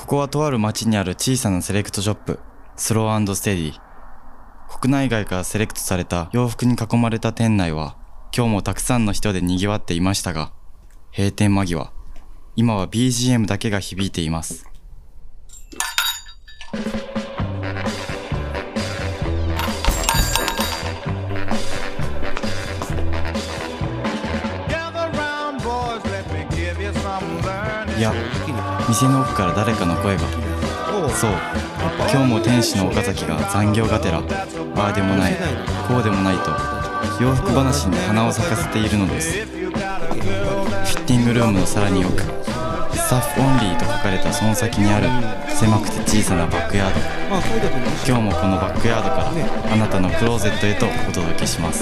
こはとある町にある小さなセレクトショップ、スロー&ステディ。国内外からセレクトされた洋服に囲まれた店内は今日もたくさんの人で賑わっていましたが、閉店間際、今は BGM だけが響いています。いや、店の奥から誰かの声が。そう、今日も店主の岡崎が残業がてら、ああでもないこうでもないと洋服話に花を咲かせているのです。フィッティングルームのさらに奥、スタッフオンリーと書かれたその先にある狭くて小さなバックヤード。今日もこのバックヤードからあなたのクローゼットへとお届けします。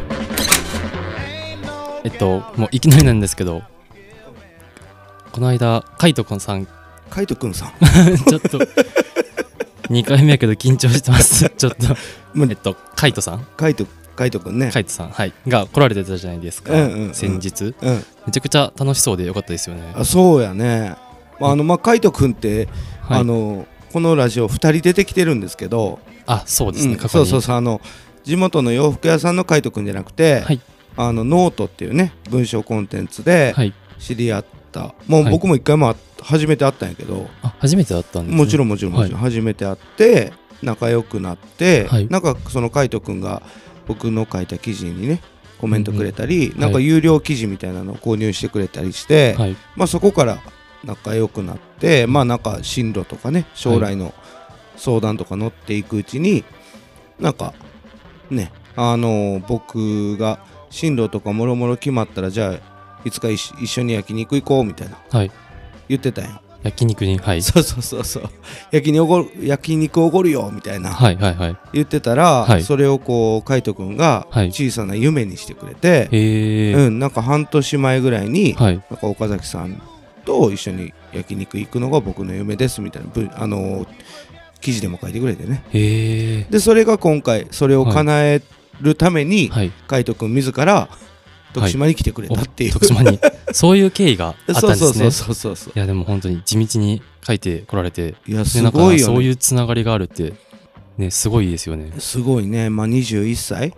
もういきなりなんですけど、この間カイトくんさんちょっと2回目やけど緊張してますちょっとカイトさんカイトくんね、 カイトさん、はい、が来られてたじゃないですか、先日、めちゃくちゃ楽しそうでよかったですよね。 あ、そうやね。カイトくんって、このラジオ2人出てきてるんですけど、 あ、そうですね、 そう地元の洋服屋さんのカイトくんじゃなくて、ノートっていうね文章コンテンツで知り合った、もう僕も一回も初めて会ったんやけど、 初めて会ったんですね。 もちろん初めて会って仲良くなって、なんかそのカイトくんが僕の書いた記事にねコメントくれたり、なんか有料記事みたいなのを購入してくれたりして、そこから仲良くなって、なんか進路とかね将来の相談とか乗っていくうちに、なんかね僕が進路とかもろもろ決まったら、じゃあいつか一緒に焼肉行こうみたいな、言ってたんよ。 焼肉に、 そう焼肉おごるよみたいな、言ってたら、それをこうカイトくんが小さな夢にしてくれて、なんか半年前ぐらいに、なんか岡崎さんと一緒に焼肉行くのが僕の夢ですみたいな記事でも書いてくれてね。でそれが今回それを叶えるために、カイトくん自ら徳島に来てくれたっていう、 徳島にそういう経緯があったんですね。 そういやでも本当に地道に書いてこられて、 いやすごいよね。 そういうつながりがあるってね、すごいですよね。 すごいね。21歳、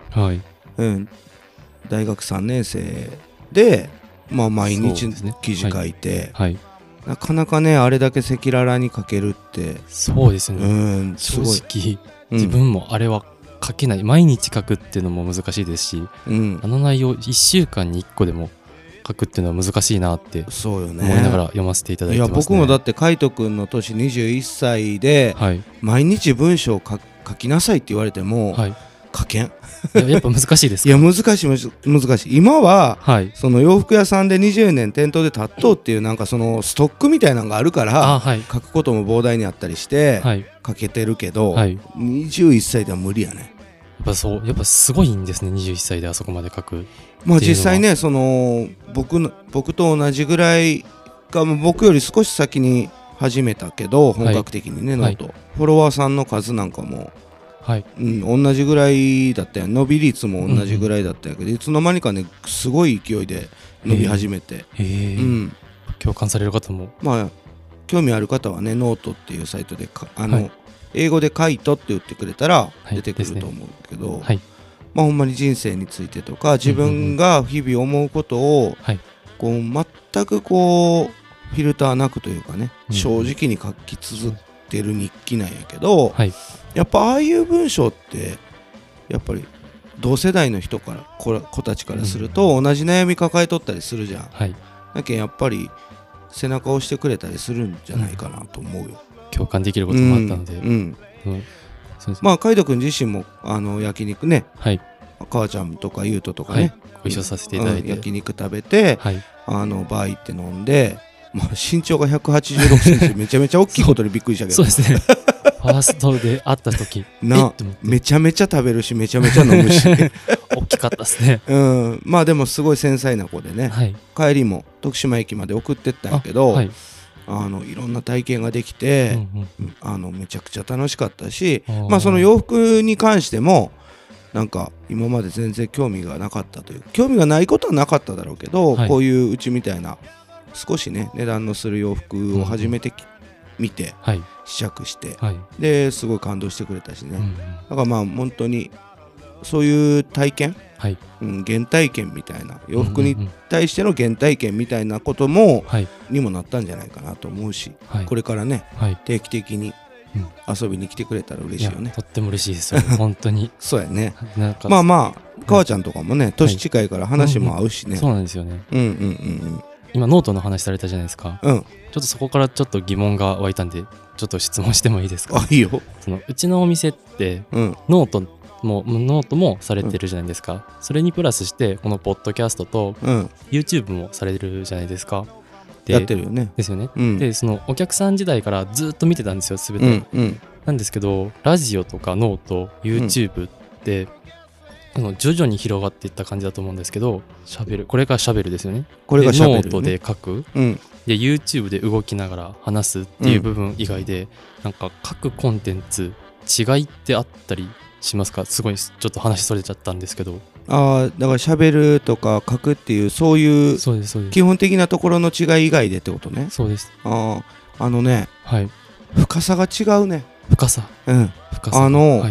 大学3年生で、毎日記事書いて、なかなかねあれだけ赤裸々に書けるって、 そうですね、正直自分もあれは書けない、毎日書くっていうのも難しいですし、あの内容1週間に1個でも書くっていうのは難しいなって思いながら読ませていただいてますね。 いや僕もだってカイトくんの年21歳で、毎日文章を書きなさいって言われても、書けんやっぱ難しいですか？ いや難しい。今は、その洋服屋さんで20年店頭で立っとうっていうなんかそのストックみたいなのがあるから、書くことも膨大にあったりして、書けてるけど、21歳では無理やね。 やっぱすごいんですね、21歳であそこまで書く。 実際ね、その僕と同じぐらいが、僕より少し先に始めたけど本格的にね、ノートフォロワーさんの数なんかも同じぐらいだったよ。伸び率も同じぐらいだったんやけど、いつの間にかねすごい勢いで伸び始めて、 共感される方も、 興味ある方はねノートっていうサイトで英語でカイトって言ってくれたら出てくると思うけど、ほんまに人生についてとか自分が日々思うことをこう全くこうフィルターなくというかね、正直に書き綴ってる日記なんやけど、やっぱああいう文章ってやっぱり同世代の人から子たちからすると同じ悩み抱えとったりするじゃん。だけどやっぱり背中を押してくれたりするんじゃないかなと思うよ。 共感できることもあったので、 カイトくん自身も焼肉ね、母ちゃんとか優斗とかね、 ご一緒させていただいて、 焼肉食べて、バー行って飲んで、身長が186センチめちゃめちゃ大きいことにびっくりしたけどそうですねファーストで会った時めちゃめちゃ食べるしめちゃめちゃ飲むし大きかったですね。 でもすごい繊細な子でね、帰りも徳島駅まで送ってったんやけど、いろんな体験ができて、めちゃくちゃ楽しかったし、その洋服に関してもなんか今まで全然興味がなかったという、興味がないことはなかっただろうけど、こういううちみたいな少しね値段のする洋服を始めて見て、 はい、 試着して、 はい、 ですごい感動してくれたしね、だからまあ本当にそういう体験、はい、原体験みたいな洋服に対しての原体験みたいなことも、にもなったんじゃないかなと思うし、はい、これからね、はい、定期的に遊びに来てくれたら嬉しいよね。 とっても嬉しいですよね本当にそうやね。まあまあ母ちゃんとかもね年近いから話も合うしね、 そうなんですよね。今ノートの話されたじゃないですか、ちょっとそこからちょっと疑問が湧いたんでちょっと質問してもいいですか。 いいよ。 うちのお店って、ノートもされてるじゃないですか、それにプラスしてこのポッドキャストと YouTube もされてるじゃないですか。 やってるよね。 ですよね、でそのお客さん時代からずっと見てたんですよ全て、なんですけどラジオとかノート YouTube って、徐々に広がっていった感じだと思うんですけど、これがシャベルですよね。 これがシャベル、ね、 ノートで書く、で YouTube で動きながら話すっていう部分以外で、なんか各コンテンツ違いってあったりしますか。すごいちょっと話それちゃったんですけど。 だからしゃべるとか書くっていうそういう基本的なところの違い以外でってことね。 そうです。 ね、 はい、 深さが違うね。 深さ、 深さ、はい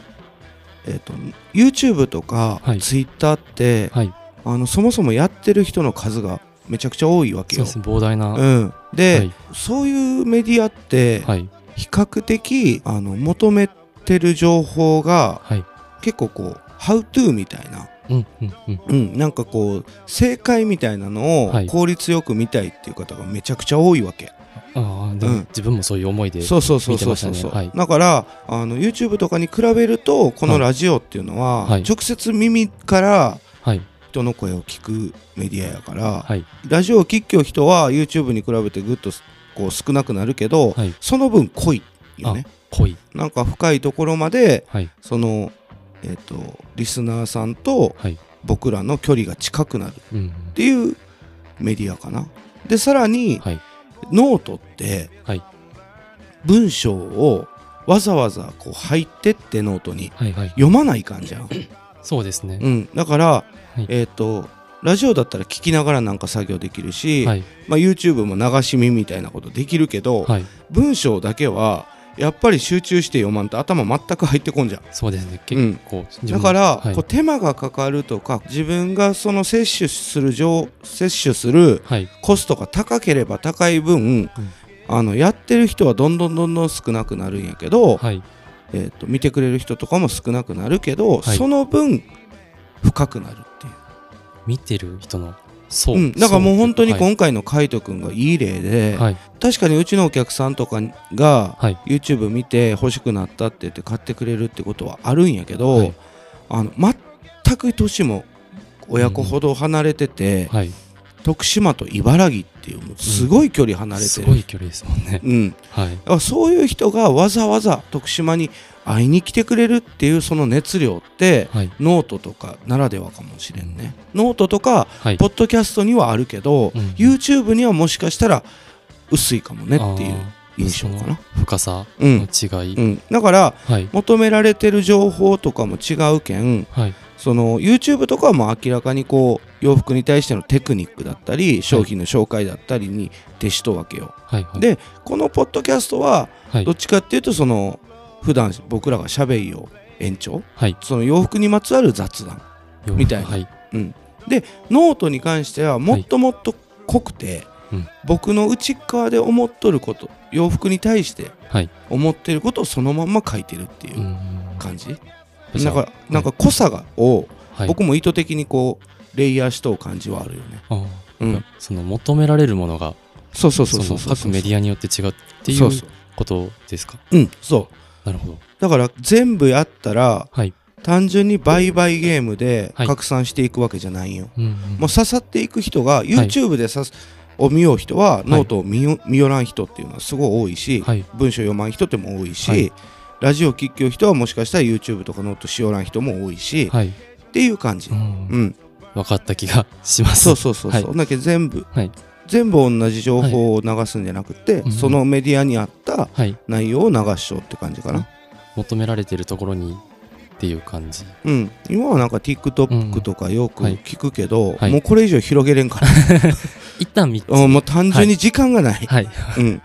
、YouTube とか Twitter って、はい、そもそもやってる人の数がめちゃくちゃ多いわけよ。 そうです、膨大な、 で、 はい、 そういうメディアって、はい、比較的求めてる情報が、はい、結構こうHow to みたいな、なんかこう正解みたいなのを効率よく見たいっていう方がめちゃくちゃ多いわけ。 でも自分もそういう思いで見てましたね。 だからYouTube とかに比べるとこのラジオっていうのは、直接耳から人の声を聞くメディアやから、ラジオを聞きよ人は YouTube に比べてぐっとこう少なくなるけど、その分濃いよね。なんか深いところまで、そのリスナーさんと僕らの距離が近くなるっていうメディアかな。でさらに、ノートって、文章をわざわざこう入ってってノートに読まないかんじゃん。 そうですね、 だから、ラジオだったら聞きながらなんか作業できるし、YouTube も流し見みたいなことできるけど、文章だけはやっぱり集中して読まんと頭全く入ってこんじゃん。 そうですね、結構、 だから、こう手間がかかるとか自分がその摂取するコストが高ければ高い分、やってる人はどんどん少なくなるんやけど、見てくれる人とかも少なくなるけど、その分深くなるっていう。 見てる人のだからもう本当に今回の海斗くんがいい例で、確かにうちのお客さんとかが YouTube 見て欲しくなったって言って買ってくれるってことはあるんやけど、全く年も親子ほど離れてて、徳島と茨城っていうすごい距離離れてる、 すごい距離ですもんね。 そういう人がわざわざ徳島に会いに来てくれるっていうその熱量って、ノートとかならではかもしれんね。ノートとか、ポッドキャストにはあるけど、YouTube にはもしかしたら薄いかもねっていう印象かな。 深さの違い、 だから、求められてる情報とかも違うけん、その YouTube とかはもう明らかにこう洋服に対してのテクニックだったり商品の紹介だったりに徹しとわけよ。でこのポッドキャストはどっちかっていうとその普段僕らがしゃべりを延長、その洋服にまつわる雑談みたいな、でノートに関してはもっともっと濃くて、僕の内側で思っとること洋服に対して思ってることをそのまんま書いてるっていう感じ。なんか濃さを僕も意図的にこうレイヤーしとう感じはあるよね。 その求められるものが各メディアによって違うっていうことですか。 そうなるほど。だから全部やったら、単純に売買ゲームで拡散していくわけじゃないよ。もう刺さっていく人が YouTube で見よう人はノートを見よらん人っていうのはすごい多いし、文章読まん人っても多いし、ラジオ聞きよう人はもしかしたら YouTube とかノートしよらん人も多いし、っていう感じ。分かった気がします。 そうだけど全部同じ情報を流すんじゃなくて、そのメディアに合った内容を流しちゃうって感じかな。 求められてるところにっていう感じ。 今はなんか TikTok とかよく聞くけど、もうこれ以上広げれんから一旦もう単純に時間がない。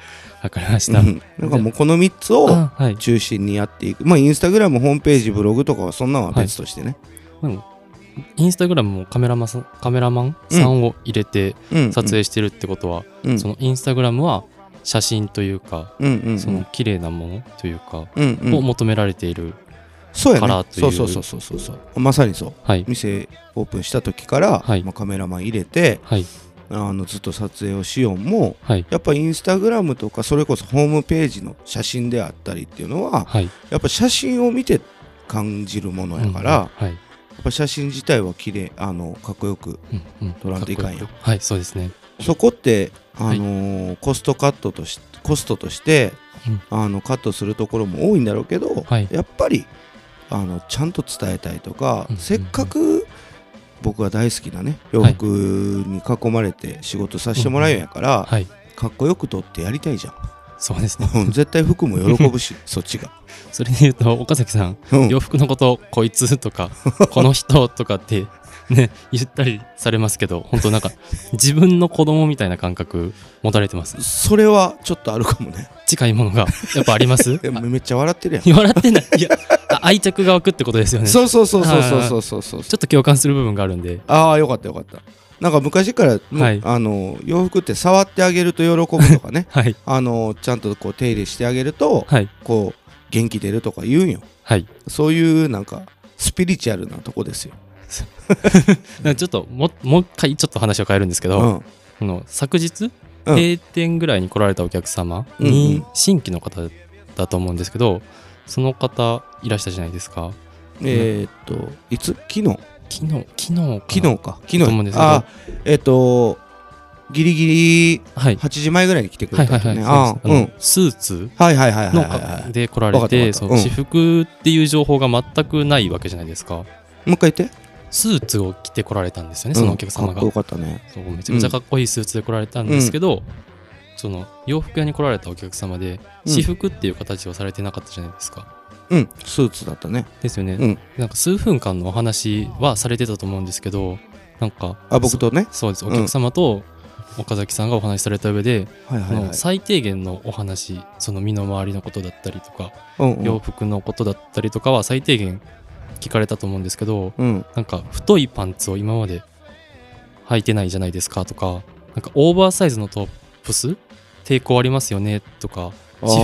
わかりました。 なんかもうこの3つを中心にやっていく。まあインスタグラム、ホームページ、ブログとかはそんなのは別としてね。 インスタグラムもカメラマンさんを入れて撮影してるってことは、そのインスタグラムは写真というか、その綺麗なものというかを求められているからという。 そうまさにそう。店オープンした時からカメラマン入れてずっと撮影をしようも、やっぱインスタグラムとかそれこそホームページの写真であったりっていうのは、やっぱ写真を見て感じるものやから、やっぱ写真自体は綺麗かっこよく撮らんといかんや。 はい、そうですね。 そこってコストとしてカットするところも多いんだろうけど、やっぱりちゃんと伝えたいとか、せっかく僕が大好きなね洋服に囲まれて仕事させてもらうんやから、かっこよく撮ってやりたいじゃん。 そうですね。 絶対服も喜ぶしそっちが。 それで言うと岡崎さん、洋服のことこいつとかこの人とかってね言ったりされますけど、本当なんか自分の子供みたいな感覚持たれてます。 それはちょっとあるかもね。 近いものがやっぱあります。 めっちゃ笑ってるやん。 笑ってない。いや愛着が湧くってことですよね。 そうちょっと共感する部分があるんで。 ああよかった。なんか昔から洋服って触ってあげると喜ぶとかね、ちゃんとこう手入れしてあげるとこう元気出るとか言うんよ。そういうなんかスピリチュアルなとこですよ。 ちょっともう一回ちょっと話を変えるんですけど、昨日閉店ぐらいに来られたお客様に新規の方だと思うんですけど、その方いらしたじゃないですか。 いつ？昨日かと思うんですけど、 ギリギリ8時前ぐらいに来てくれたね。 スーツで来られて、私服っていう情報が全くないわけじゃないですか。もう一回言って。 スーツを着て来られたんですよね、そのお客様が。 かっこよかったね。 めちゃめちゃかっこいいスーツで来られたんですけど、その洋服屋に来られたお客様で私服っていう形をされてなかったじゃないですか。 スーツだったね。 ですよね。なんか数分間のお話はされてたと思うんですけど、なんか僕とね。 そうです。お客様と岡崎さんがお話しされた上で、最低限のお話、その身の回りのことだったりとか、洋服のことだったりとかは最低限聞かれたと思うんですけど、なんか太いパンツを今まで履いてないじゃないですかとか、なんかオーバーサイズのトップス抵抗ありますよねとか、私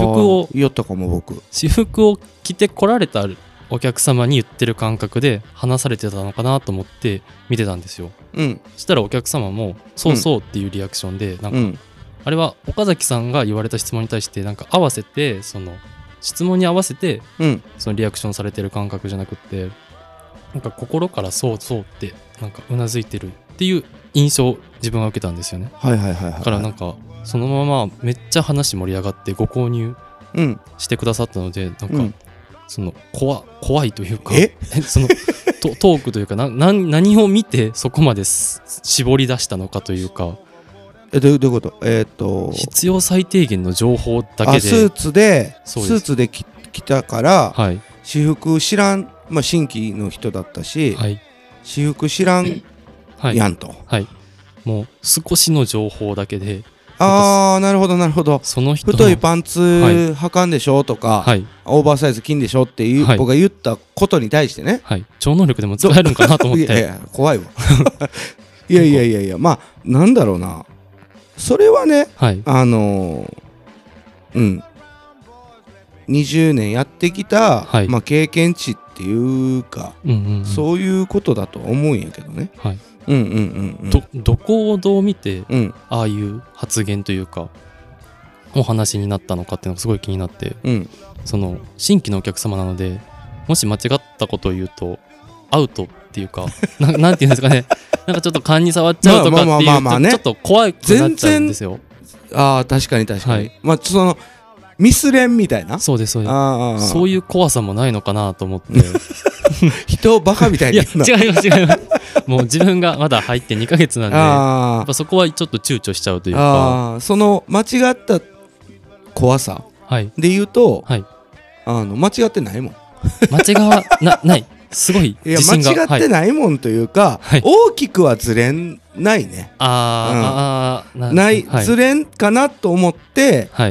服を着て来られたお客様に言ってる感覚で話されてたのかなと思って見てたんですよ。そしたらお客様もそうそうっていうリアクションで、なんかあれは岡崎さんが言われた質問に対してなんか合わせて、その質問に合わせてそのリアクションされてる感覚じゃなくって、なんか心からそうってなんかうなずいてるっていう印象を自分は受けたんですよね。だからなんかそのままめっちゃ話盛り上がってご購入してくださったので、なんかその怖いというかそのトークというか何を見てそこまで絞り出したのかというか。 どういうこと？ 必要最低限の情報だけで。 スーツで来たから、私服知らん、新規の人だったし、私服知らんやんと。 もう少しの情報だけで。 なるほど。 その人太いパンツ履かんでしょとか、オーバーサイズ着んでしょっていう僕が言ったことに対してね、 超能力でも使えるんかなと思って。 いや怖いわ。いやなんだろうな、それはね、20年やってきた、経験値っていうか、そういうことだと思うんやけどね。どこをどう見て、ああいう発言というかお話になったのかっていうのがすごい気になって、その新規のお客様なので、もし間違ったことを言うとアウトっていうかなんていうんですかね、なんかちょっと勘に触っちゃうとかっていうとちょっと怖くなっちゃうんですよ。確かに、そのミスレンみたいな。 そうです。そういう怖さもないのかなと思って人をバカみたいに言うな。 違います。もう自分がまだ入って2ヶ月なんで、やっぱそこはちょっと躊躇しちゃうというか。 その間違った怖さで言うと、間違ってないもん。 間違わない。すごい自信が。 間違ってないもんというか、大きくはずれないね。ずれんかなと思って、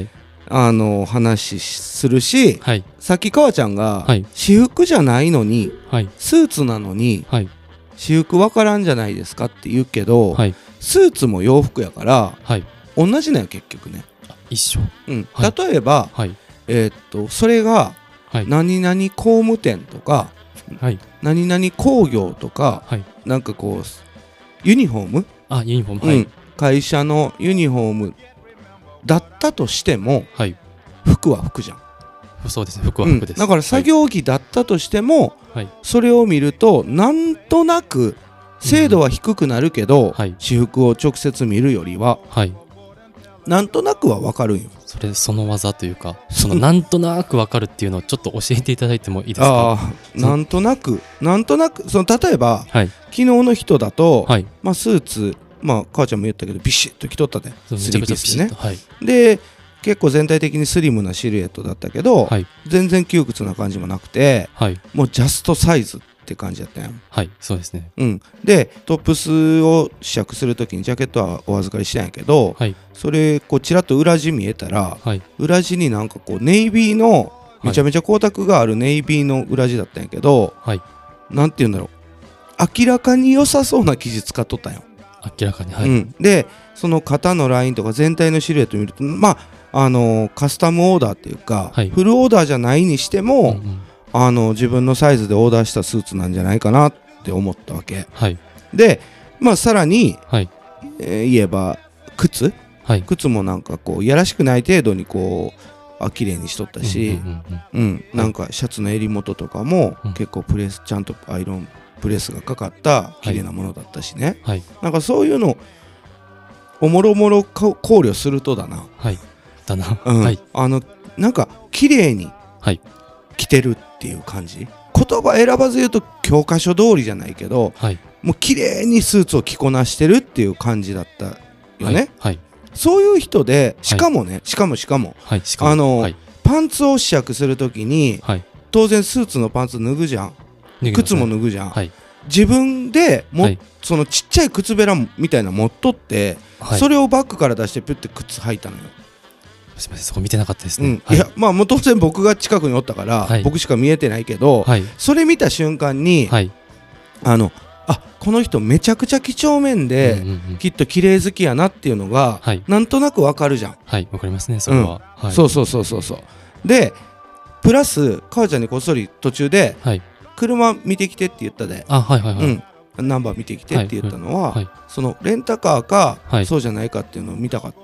話するし、 はい、 さっき川ちゃんが、 はい、 私服じゃないのに、 はい、 スーツなのに、はい、私服分からんじゃないですかって言うけど、はい、スーツも洋服やから、はい、同じなんよ結局ね。 一緒、 うん、はい、例えば、はい、それが、はい、何々工務店とか、はい、何々工業とか、はい、なんかこうユニフォーム、 ユニフォーム、はい、 会社のユニフォームだったとしても、はい、服は服じゃん。 そうですね、服は服です、 だから作業着だったとしても、はい、それを見るとなんとなく精度は低くなるけど、はい、私服を直接見るよりは、はい、なんとなくは分かるんよ。 その技というか、そのなんとなく分かるっていうのをちょっと教えていただいてもいいですか？ なんとなくその例えば、はい、昨日の人だと、はい、スーツ、母ちゃんも言ったけどビシッと着とったで、 めちゃくちゃビシッと、はい、 で結構全体的にスリムなシルエットだったけど、はい、全然窮屈な感じもなくて、はい、もうジャストサイズって感じだったやん。 はい、そうですね。 でトップスを試着するときにジャケットはお預かりしたんやけど、はい、それこうちらっと裏地見えたら、はい、裏地になんかこうネイビーのめちゃめちゃ光沢があるネイビーの裏地だったんやけど、はい、なんて言うんだろう、明らかに良さそうな生地使っとったんよ。 明らかに、はい、 でその肩のラインとか全体のシルエット見るとカスタムオーダーっていうか、はい、フルオーダーじゃないにしても、自分のサイズでオーダーしたスーツなんじゃないかなって思ったわけ、はい、でさらに、はい、言えば靴もなんかこうやらしくない程度にこう綺麗にしとったし、なんかシャツの襟元とかも結構ちゃんとアイロンプレスがかかった綺麗なものだったしね、はい、なんかそういうのをもろもろ考慮するとだな、 はい、 はい、なんか綺麗に着てるっていう感じ、言葉選ばず言うと教科書通りじゃないけど、はい、もう綺麗にスーツを着こなしてるっていう感じだったよね、はいはい、そういう人でしかもね、はい、しかも、はい、パンツを試着するときに、はい、当然スーツのパンツ脱ぐじゃん、靴も脱ぐじゃん、はい、自分ではい、そのちっちゃい靴べらみたいなの持っとって、はい、それをバッグから出してピュッて靴履いたのよ。 すみません、そこ見てなかったですね、 いやもう当然僕が近くにおったから、はい、僕しか見えてないけど、はい、それ見た瞬間に、はい、この人めちゃくちゃ几帳面で、きっと綺麗好きやなっていうのが、はい、なんとなくわかるじゃん。 はい、わかりますね、それは、はい、 そうでプラス母ちゃんにこっそり途中で、はい、車見てきてって言ったで、ナンバー見てきてって言ったのは、はい、そのレンタカーか、はい、そうじゃないかっていうのを見たかった、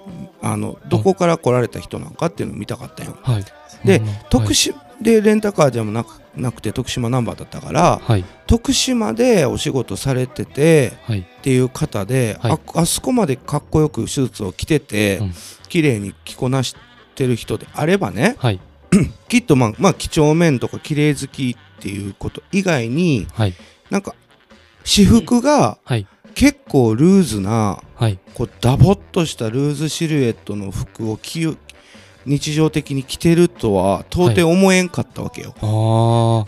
どこから来られた人なんかっていうのを見たかったよ、はい、で、でレンタカーでもなくて徳島ナンバーだったから、はい、徳島でお仕事されてて、はい、っていう方で、はい、あそこまでかっこよくスーツを着てて、綺麗に着こなしてる人であればね、はい、きっと几帳面とか綺麗好きっていうこと以外に、はい、なんか私服が結構ルーズな、はい、こうダボっとしたルーズシルエットの服を日常的に着てるとは到底思えんかったわけよ、 はい、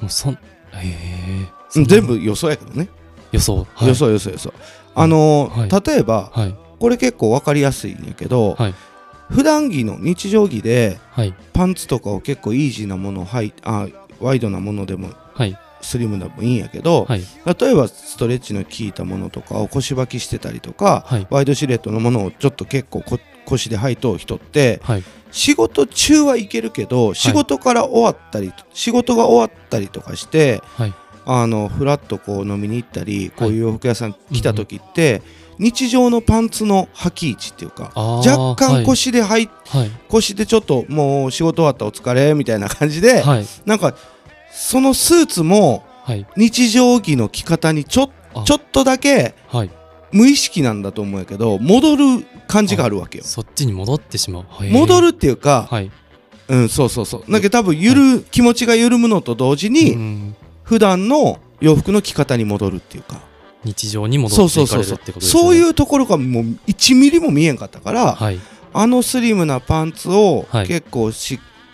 全部予想やけどね、 予想、 はい、予想はい、例えば、はい、これ結構分かりやすいんやけど、はい、普段着の日常着で、はい、パンツとかを結構イージーなものをワイドなものでも、はい、スリムでもいいんやけど、はい、例えばストレッチの効いたものとかを腰履きしてたりとか、はい、ワイドシルエットのものをちょっと結構腰で履いとう人って、はい、仕事中はいけるけど、仕事が終わったりとかして、はい、フラッとこう飲みに行ったり、こういう洋服屋さん来た時って、日常のパンツの履き位置っていうか、若干腰で腰でちょっともう仕事終わったお疲れみたいな感じで、はい、なんかそのスーツも日常着の着方にちょっとだけ無意識なんだと思うけど戻る感じがあるわけよ。 そっちに戻ってしまう。 戻るっていうか、はい、そうだけど多分気持ちが緩むのと同時に普段の洋服の着方に戻るっていうか、 日常に戻っていかれるってことですね。 そういうところがもう1ミリも見えんかったから、はい、スリムなパンツを結構しっ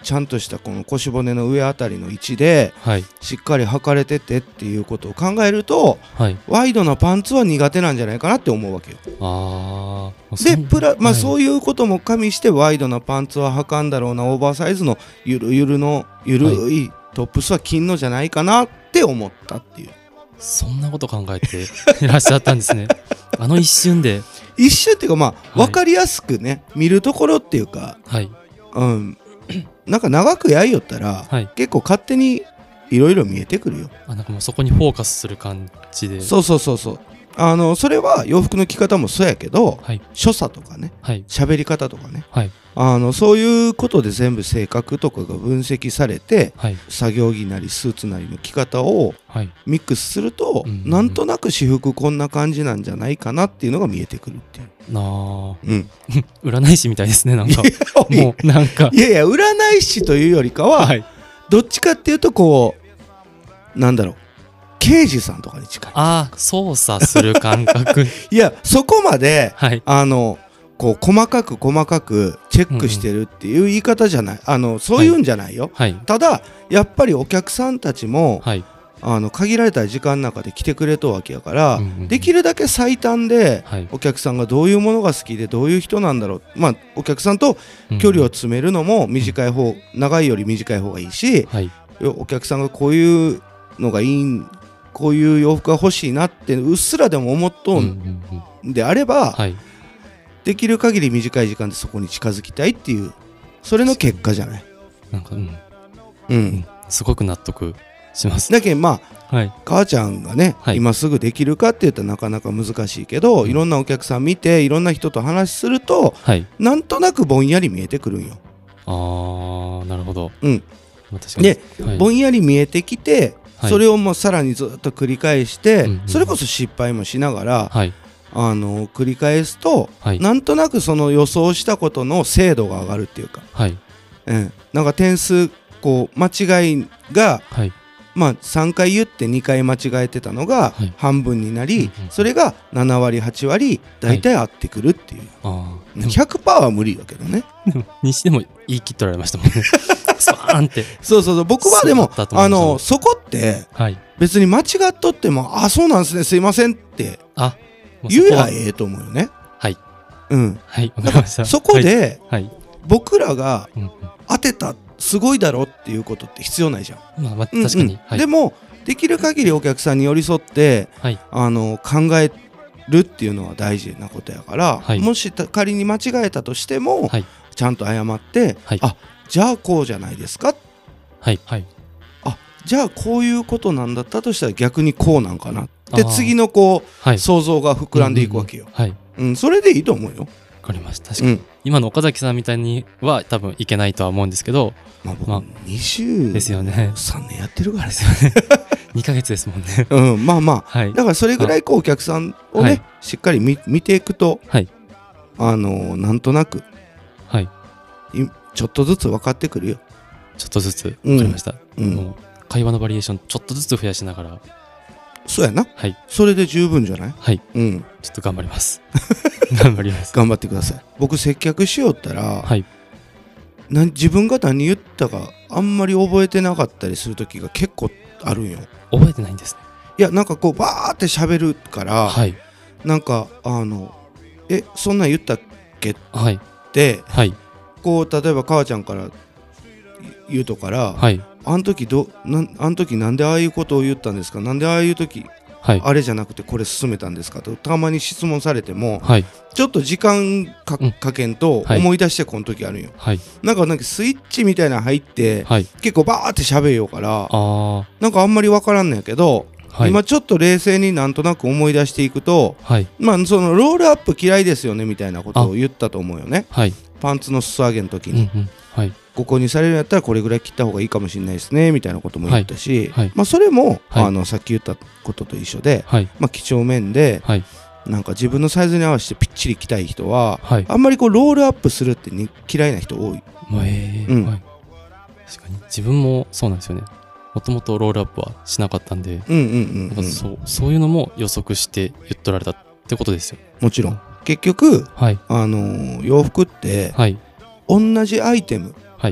ちゃんとしたこの腰骨の上あたりの位置で、はい、しっかり測れててっていうことを考えると、はい、ワイドなパンツは苦手なんじゃないかなって思うわけよ。でまあ、そういうことも加味してワイドなパンツは履かんだろうな、オーバーサイズのゆるいトップスは着んのじゃないかなって思ったっていう。 そんなこと考えていらっしゃったんですね。一瞬で。 一瞬っていうか、まあ、分かりやすくね、見るところっていうか、はい、なんか長くやいよったら、はい、結構勝手にいろいろ見えてくるよ。 なんかもうそこにフォーカスする感じで。 そうそれは洋服の着方もそうやけど、はい、所作とかね、喋り方とかね、はい、そういうことで全部性格とかが分析されて、はい、作業着なりスーツなりの着方をミックスすると、はい、なんとなく私服こんな感じなんじゃないかなっていうのが見えてくるっていう。 占い師みたいですね。なんかもうなんかいや占い師というよりかは、はい、どっちかっていうとこうなんだろう、刑事さんとかに近い。 操作する感覚いやそこまで、はい、こう細かくチェックしてるっていう言い方じゃない、そういうんじゃないよ、はい、ただやっぱりお客さんたちも、はい、限られた時間の中で来てくれとるわけやから、できるだけ最短で、はい、お客さんがどういうものが好きでどういう人なんだろう、まあ、お客さんと距離を詰めるのも短い方、長いより短い方がいいし、はい、お客さんがこういうのがいい、こういう洋服が欲しいなってうっすらでも思っとんであれば、はい、できる限り短い時間でそこに近づきたいっていう、それの結果じゃない。 なんかすごく納得します。 だけどまあ、はい、母ちゃんがね、はい、今すぐできるかって言ったらなかなか難しいけど、いろんなお客さん見ていろんな人と話すると、はい、なんとなくぼんやり見えてくるんよ。 なるほど。 確かにで、はい、ぼんやり見えてきて、それをもうさらにずっと繰り返して、それこそ失敗もしながら、はい、繰り返すと、はい、なんとなくその予想したことの精度が上がるっていうか、はい、なんか点数こう間違いが、はい、まあ、3回言って2回間違えてたのが半分になり、それが7割8割大体合ってくるっていう、はい、100% は無理だけどね。 にしても言い切ってられましたもんねスパーンってそう僕はでもそこって別に間違っとってもそうなんですねすいませんって言えばええと思うよね。 はいはいわかりました。そこで僕らが当てたすごいだろっていうことって必要ないじゃん。 確かに、 でもできる限りお客さんに寄り添って、はい、考えるっていうのは大事なことやから、はい、もし仮に間違えたとしても、はい、ちゃんと謝って、はい、じゃあこうじゃないですか、はいはい、じゃあこういうことなんだったとしたら逆にこうなんかなって次のこう、はい、想像が膨らんでいくわけよ、それでいいと思うよ。 わかりました。確かに、今の岡崎さんみたいには多分いけないとは思うんですけど、 僕20ですよね。3年やってるからですよね 2ヶ月ですもんねはい、だからそれぐらいこうお客さんをね、はい、しっかり 見ていくと、はい、なんとなく、はい、ちょっとずつ分かってくるよ。 ちょっとずつ分かりました、もう会話のバリエーションちょっとずつ増やしながら。 そうやな、はい、それで十分じゃない。 はい、ちょっと頑張ります頑張ってください。僕接客しよったら、はい、自分が何言ったかあんまり覚えてなかったりする時が結構あるんよ。 覚えてないんですね。 いやなんかこうバーって喋るから、はい、なんかそんなん言ったっけって、はいはい、こう例えば母ちゃんから言うとから、はい、あの時なんでああいうことを言ったんですか、なんでああいう時、はい、あれじゃなくてこれ進めたんですかとたまに質問されても、はい、ちょっと時間かけんと思い出してこの時あるんよ、はい、なんかスイッチみたいなの入って、はい、結構バーって喋ようからなんかあんまり分からんのやけど、はい、今ちょっと冷静になんとなく思い出していくと、はい、まあそのロールアップ嫌いですよねみたいなことを言ったと思うよね、はい、パンツの裾上げの時に、はい、ご購入されるんやったらこれぐらい切った方がいいかもしれないですねみたいなことも言ったし、はいはい、まあ、それも、はい、さっき言ったことと一緒で、はい、まあ、几帳面で、はい、なんか自分のサイズに合わせてぴっちり着たい人は、はい、あんまりこうロールアップするって、嫌いな人多い、はい、 確かに自分もそうなんですよね。もともとロールアップはしなかったんで、そういうのも予測して言っとられたってことですよ。 もちろん結局、はい、洋服って、はい、同じアイテム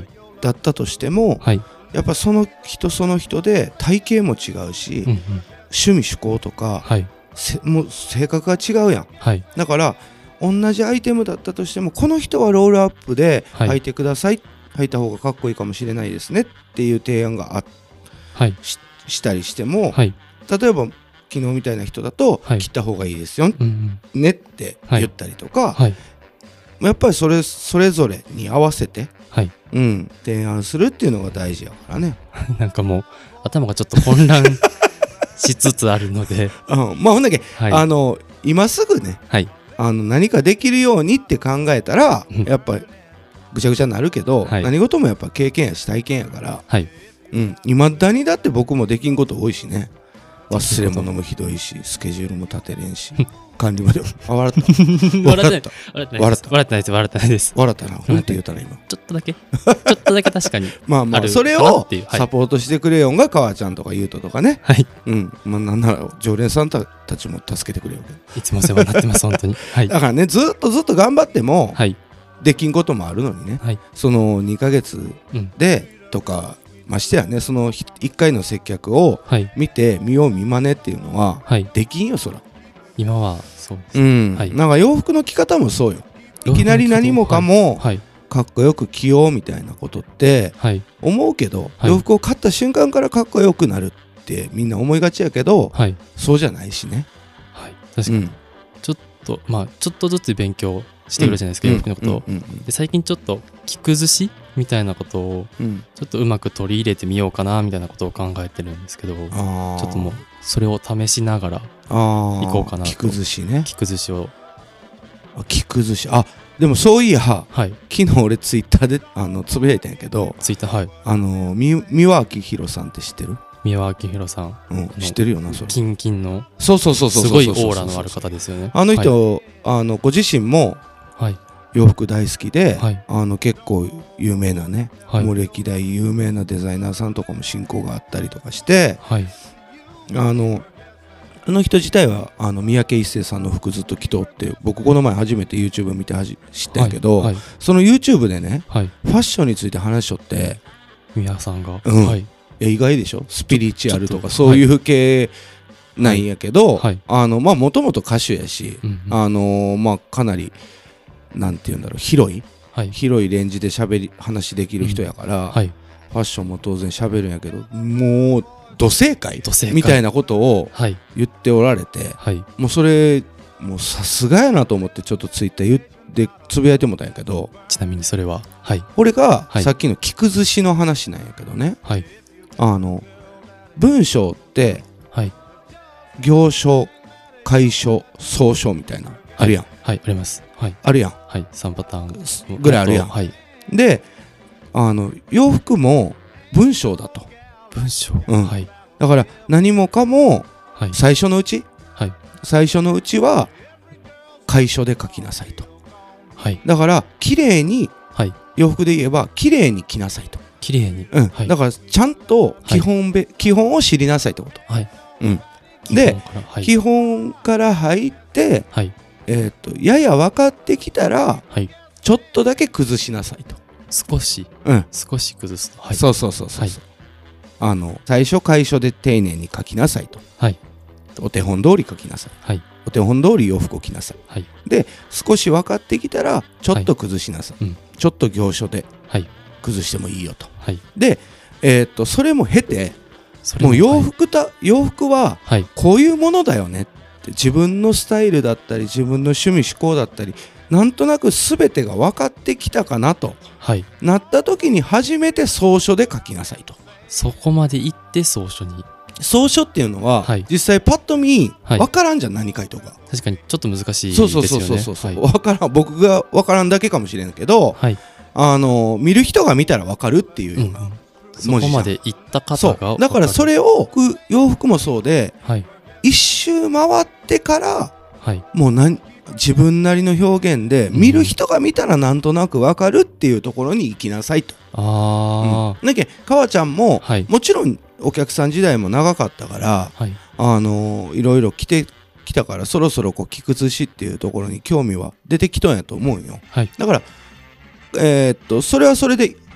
だったとしても、 はい、 やっぱその人その人で体型も違うし、 うんうん、 趣味趣向とか、 はい、 もう性格が違うやん、 はい、 だから同じアイテムだったとしてもこの人はロールアップで履いてください、履いた方がかっこいいかもしれないですねっていう提案がはい、 したりしても、 はい、 例えば昨日みたいな人だと、 はい、 切った方がいいですよ、 うんうん、 ねって言ったりとか、 はい、 やっぱりそれぞれに合わせて、 はい、 うん、提案するっていうのが大事やからねなんかもう頭がちょっと混乱しつつあるので、 うん、まあほんだけ、 はい、 今すぐね、 はい、 何かできるようにって考えたら、 うん、 やっぱりぐちゃぐちゃになるけど、 はい、 何事もやっぱ経験やし体験やから、 はい、 うん、未だにだって僕もできんこと多いしね、忘れ物もひどいしスケジュールも立てれんし管理まで笑った笑ってないです笑ったな、なんて言うたら今ちょっとだけ確かにまあまあそれをサポートしてくれよんが川ちゃんとかゆうととかね、はい、うん、まあなんなら常連さんたちも助けてくれよ、 いつも世話になってます本当に、はい、 だからねずっと頑張っても、 はい、 できんこともあるのにね、はい、その2ヶ月で、とかましてやね、その1回の接客を見て、見よう見まねっていうのは、はい、できんよそら今はそうです、 うん、はい、なんか洋服の着方もそうよ、いきなり何もかもかっこよく着ようみたいなことって思うけど、はい、洋服を買った瞬間からかっこよくなるってみんな思いがちやけど、はい、そうじゃないしね、 はい、確かに、うん、ちょっとずつ勉強してくるじゃないですか、洋服のことを、で最近ちょっと着崩しみたいなことをちょっとうまく取り入れてみようかなみたいなことを考えてるんですけど、ちょっともうそれを試しながら行こうかなと。 着崩しね、 着崩しを着崩し、あ、でもそういや、はい、昨日俺ツイッターでつぶやいたんやけど、 ツイッター、はい、 三輪明宏さんって知ってる？ 三輪明宏さん、 うん、知ってるよな、それ。 キンキンのすごいオーラのある方ですよね。 あの人、はい、ご自身も洋服大好きで、はい、結構有名なね、はい、もう歴代有名なデザイナーさんとかも親交があったりとかして、はい、あの人自体は三宅一生さんの服ずっと着とって、僕この前初めて YouTube 見て知ったんやけど、はいはい、その YouTube でね、はい、ファッションについて話しとって、 三輪さんが、 うん、はい、意外でしょ、スピリチュアルとかそういう系なんやけど、はい、まあもともと歌手やし、うんうん、まあかなりなんていうんだろう、広いレンジで話できる人やから、はい、ファッションも当然喋るんやけど、もう土星界みたいなことを言っておられて、はい、もうそれもうさすがやなと思ってちょっとツイッターでつぶやいてもたんやけど、 ちなみにそれは、はい、 これがさっきの着崩しの話なんやけどね、はい、文章って、はい、行書、楷書、草書みたいなあるやん、 はい、あります、はい、 あるやん、 はい、3パターンぐらいあるやん、はい、で洋服も文章だと、 文章、 うん、はい、だから何もかも最初のうち、はい、最初のうちは楷書で書きなさいと、はい、だから綺麗に、はい、洋服で言えば綺麗に着なさいと、 綺麗に、 うん、はい、だからちゃんと基本を知りなさいってこと、はい、うん、で、はい、基本から入って、はい、やや分かってきたら、はい、ちょっとだけ崩しなさいと、 少し崩すと、はい、 そう、はい、最初楷書で丁寧に書きなさいと、はい、お手本通り書きなさい、はい、お手本通り洋服を着なさい、はい、で少し分かってきたらちょっと崩しなさい、はい、うん、ちょっと行書で崩してもいいよと、はい、で、それも経て、もう洋服はこういうものだよねって、自分のスタイルだったり自分の趣味嗜好だったりなんとなく全てが分かってきたかなと、はい、なった時に初めて草書で書きなさいと。そこまで行って草書っていうのは、はい、実際パッと見分からんじゃん、何書いとか。 確かにちょっと難しいですよね。 そう、分からん、僕が分からんだけかもしれんけど、はい、見る人が見たら分かるっていうような、うん、 そこまで行った方がだからそれを洋服もそうで、はい、一周回ってから、はい、もう自分なりの表現で、見る人が見たらなんとなく分かるっていうところに行きなさいと。だけど川ちゃんも、はい、もちろんお客さん時代も長かったから、はい、いろいろ来たから、そろそろ着崩しっていうところに興味は出てきたんやと思うよ、はい、だからそれはそれで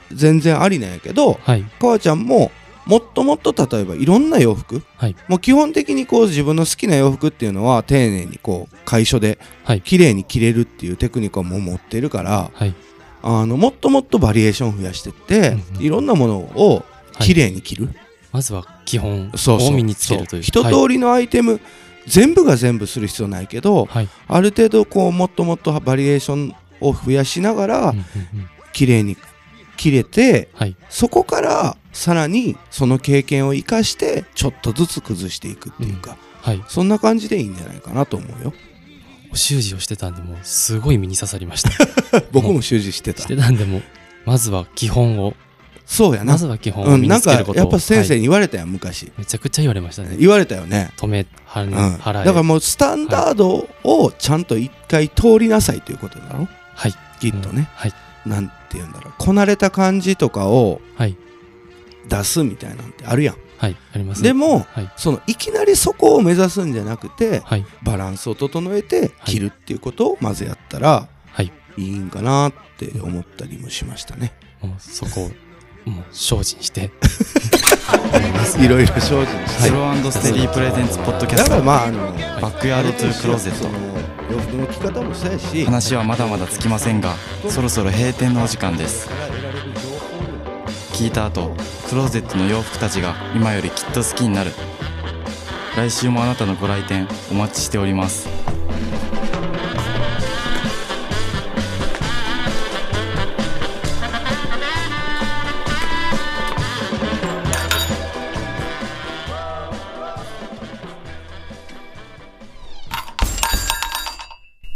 全然ありなんやけど、 はい、 川ちゃんももっともっと例えばいろんな洋服、 はい、もう基本的にこう自分の好きな洋服っていうのは丁寧にこう楷書で綺麗に着れるっていうテクニックはもう持ってるから、 はい、 もっともっとバリエーション増やしてって、いろんなものを綺麗に着る、 まずは基本を身につけるという、 一通りのアイテム、全部が全部する必要ないけど、ある程度こうもっともっとバリエーションを増やしながら綺麗に着れて、そこからさらにその経験を生かしてちょっとずつ崩していくっていうか、そんな感じでいいんじゃないかなと思うよ。 お習字をしてたんでもうすごい身に刺さりました僕も習字してたんでもまずは基本を、 そうやな、 まずは基本を身につけることを、 なんかやっぱ先生に言われたやん、昔めちゃくちゃ言われましたね。 言われたよね。 止め払え、 だからもうスタンダードをちゃんと一回通りなさいということだろ、きっとね、なんていうんだろう、こなれた感じとかを出すみたいなんてあるやん。 あります。 でも、そのいきなりそこを目指すんじゃなくて、バランスを整えて着るっていうことをまずやったらいいんかなって思ったりもしましたね。 もうそこをもう精進していろいろ精進してスロー&ステディプレゼンツポッドキャスト、 だからバックヤードトゥークローゼット、 洋服の着方もそうやし、 話はまだまだつきませんが、そろそろ閉店のお時間です。聞いた後、クローゼットの洋服たちが今よりきっと好きになる。来週もあなたのご来店お待ちしております。